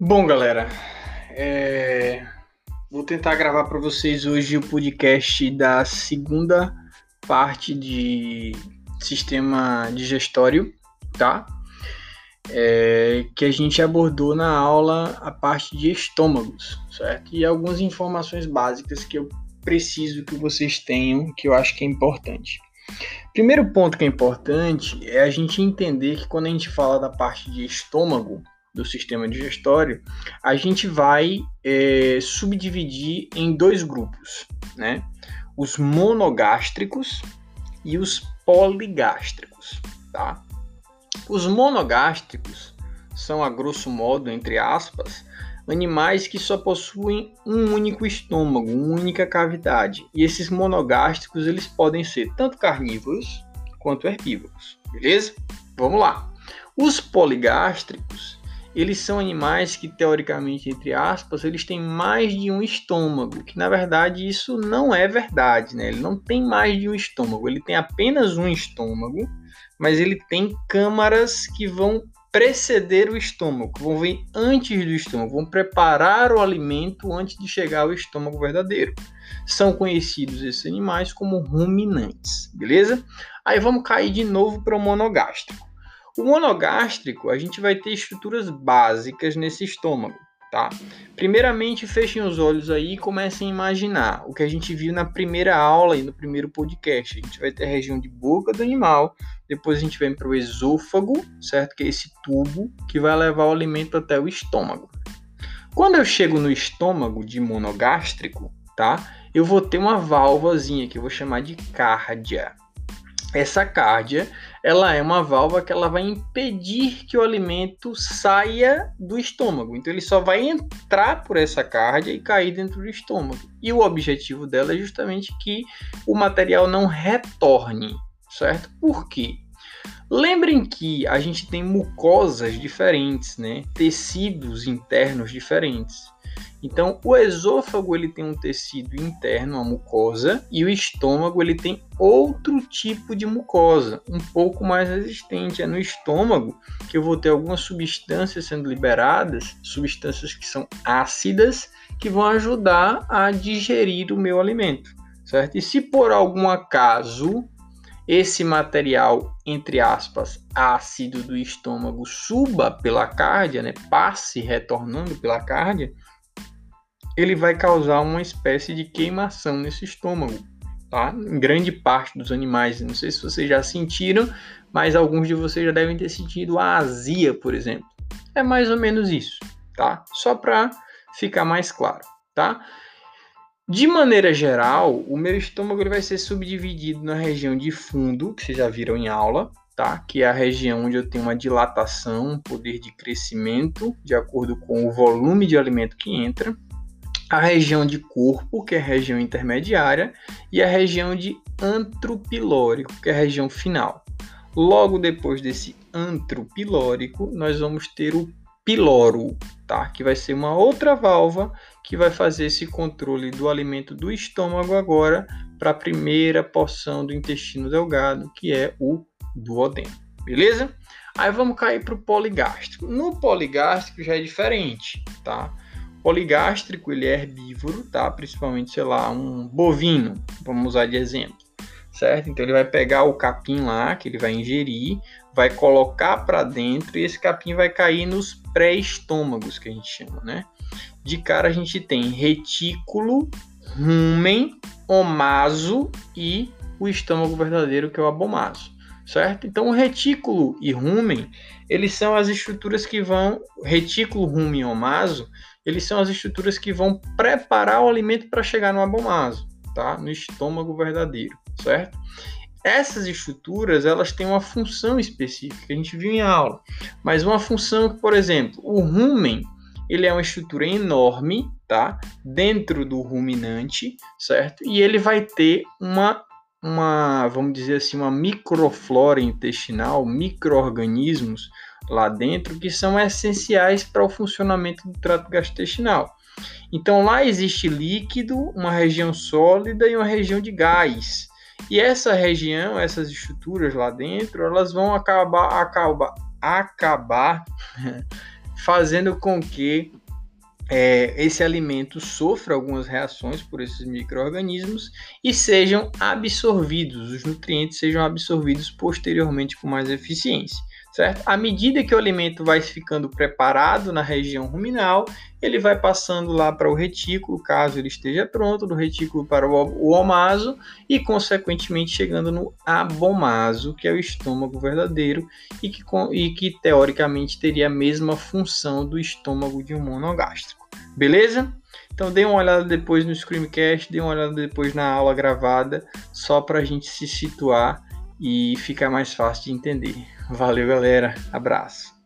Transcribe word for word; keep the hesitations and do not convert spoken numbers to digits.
Bom, galera, é, vou tentar gravar para vocês hoje o podcast da segunda parte de sistema digestório, tá? É, que a gente abordou na aula a parte de estômagos, certo? E algumas informações básicas que eu preciso que vocês tenham, que eu acho que é importante. Primeiro ponto que é importante é a gente entender que quando a gente fala da parte de estômago, do sistema digestório, a gente vai é, subdividir em dois grupos, né? Os monogástricos e os poligástricos, tá? Os monogástricos são, a grosso modo, entre aspas, animais que só possuem um único estômago, uma única cavidade. E esses monogástricos, eles podem ser tanto carnívoros quanto herbívoros, beleza? Vamos lá. Os poligástricos, eles são animais que, teoricamente, entre aspas, eles têm mais de um estômago, que na verdade isso não é verdade, né? Ele não tem mais de um estômago, ele tem apenas um estômago, mas ele tem câmaras que vão preceder o estômago, vão vir antes do estômago, vão preparar o alimento antes de chegar ao estômago verdadeiro. São conhecidos esses animais como ruminantes, beleza? Aí vamos cair de novo para o monogástrico. O monogástrico, a gente vai ter estruturas básicas nesse estômago, tá? Primeiramente, fechem os olhos aí e comecem a imaginar o que a gente viu na primeira aula e no primeiro podcast. A gente vai ter a região de boca do animal, depois a gente vem para o esôfago, certo? Que é esse tubo que vai levar o alimento até o estômago. Quando eu chego no estômago de monogástrico, tá? Eu vou ter uma válvulazinha que eu vou chamar de cárdia. Essa cárdia, ela é uma válvula que ela vai impedir que o alimento saia do estômago. Então, ele só vai entrar por essa cárdia e cair dentro do estômago. E o objetivo dela é justamente que o material não retorne, certo? Por quê? Lembrem que a gente tem mucosas diferentes, né? Tecidos internos diferentes. Então, o esôfago ele tem um tecido interno, uma mucosa, e o estômago ele tem outro tipo de mucosa, um pouco mais resistente. É no estômago que eu vou ter algumas substâncias sendo liberadas, substâncias que são ácidas, que vão ajudar a digerir o meu alimento, certo? E se por algum acaso esse material, entre aspas, ácido do estômago suba pela cárdia, né, passe retornando pela cárdia, ele vai causar uma espécie de queimação nesse estômago, tá? Em grande parte dos animais, não sei se vocês já sentiram, mas alguns de vocês já devem ter sentido a azia, por exemplo. É mais ou menos isso, tá? Só para ficar mais claro, tá? De maneira geral, o meu estômago ele vai ser subdividido na região de fundo, que vocês já viram em aula, tá? Que é a região onde eu tenho uma dilatação, um poder de crescimento, de acordo com o volume de alimento que entra. A região de corpo, que é a região intermediária, e a região de antro pilórico, que é a região final. Logo depois desse antro pilórico, nós vamos ter o piloro, tá? Que vai ser uma outra válvula que vai fazer esse controle do alimento do estômago agora para a primeira porção do intestino delgado, que é o duodeno, beleza? Aí vamos cair para o poligástrico. No poligástrico já é diferente, tá? Poligástrico, ele é herbívoro, tá? Principalmente, sei lá, um bovino, vamos usar de exemplo, certo? Então, ele vai pegar o capim lá, que ele vai ingerir, vai colocar para dentro e esse capim vai cair nos pré-estômagos, que a gente chama, né? De cara, a gente tem retículo, rumen, omaso e o estômago verdadeiro, que é o abomaso, certo? Então, o retículo e rumen, eles são as estruturas que vão... Retículo, rumen e omaso, eles são as estruturas que vão preparar o alimento para chegar no abomaso, tá? No estômago verdadeiro, certo? Essas estruturas, elas têm uma função específica, que a gente viu em aula, mas uma função que, por exemplo, o rumen, ele é uma estrutura enorme, tá? Dentro do ruminante, certo? E ele vai ter uma, uma, vamos dizer assim, uma microflora intestinal, micro-organismos lá dentro, que são essenciais para o funcionamento do trato gastrointestinal. Então, lá existe líquido, uma região sólida e uma região de gás. E essa região, essas estruturas lá dentro, elas vão acabar, acabar, acabar fazendo com que é, esse alimento sofra algumas reações por esses micro-organismos e sejam absorvidos, os nutrientes sejam absorvidos posteriormente com mais eficiência, certo? À medida que o alimento vai ficando preparado na região ruminal, ele vai passando lá para o retículo, caso ele esteja pronto, do retículo para o omaso e, consequentemente, chegando no abomaso, que é o estômago verdadeiro e que, e que teoricamente teria a mesma função do estômago de um monogástrico. Beleza? Então dê uma olhada depois no Screamcast, dê uma olhada depois na aula gravada, só para a gente se situar e ficar mais fácil de entender. Valeu, galera. Abraço.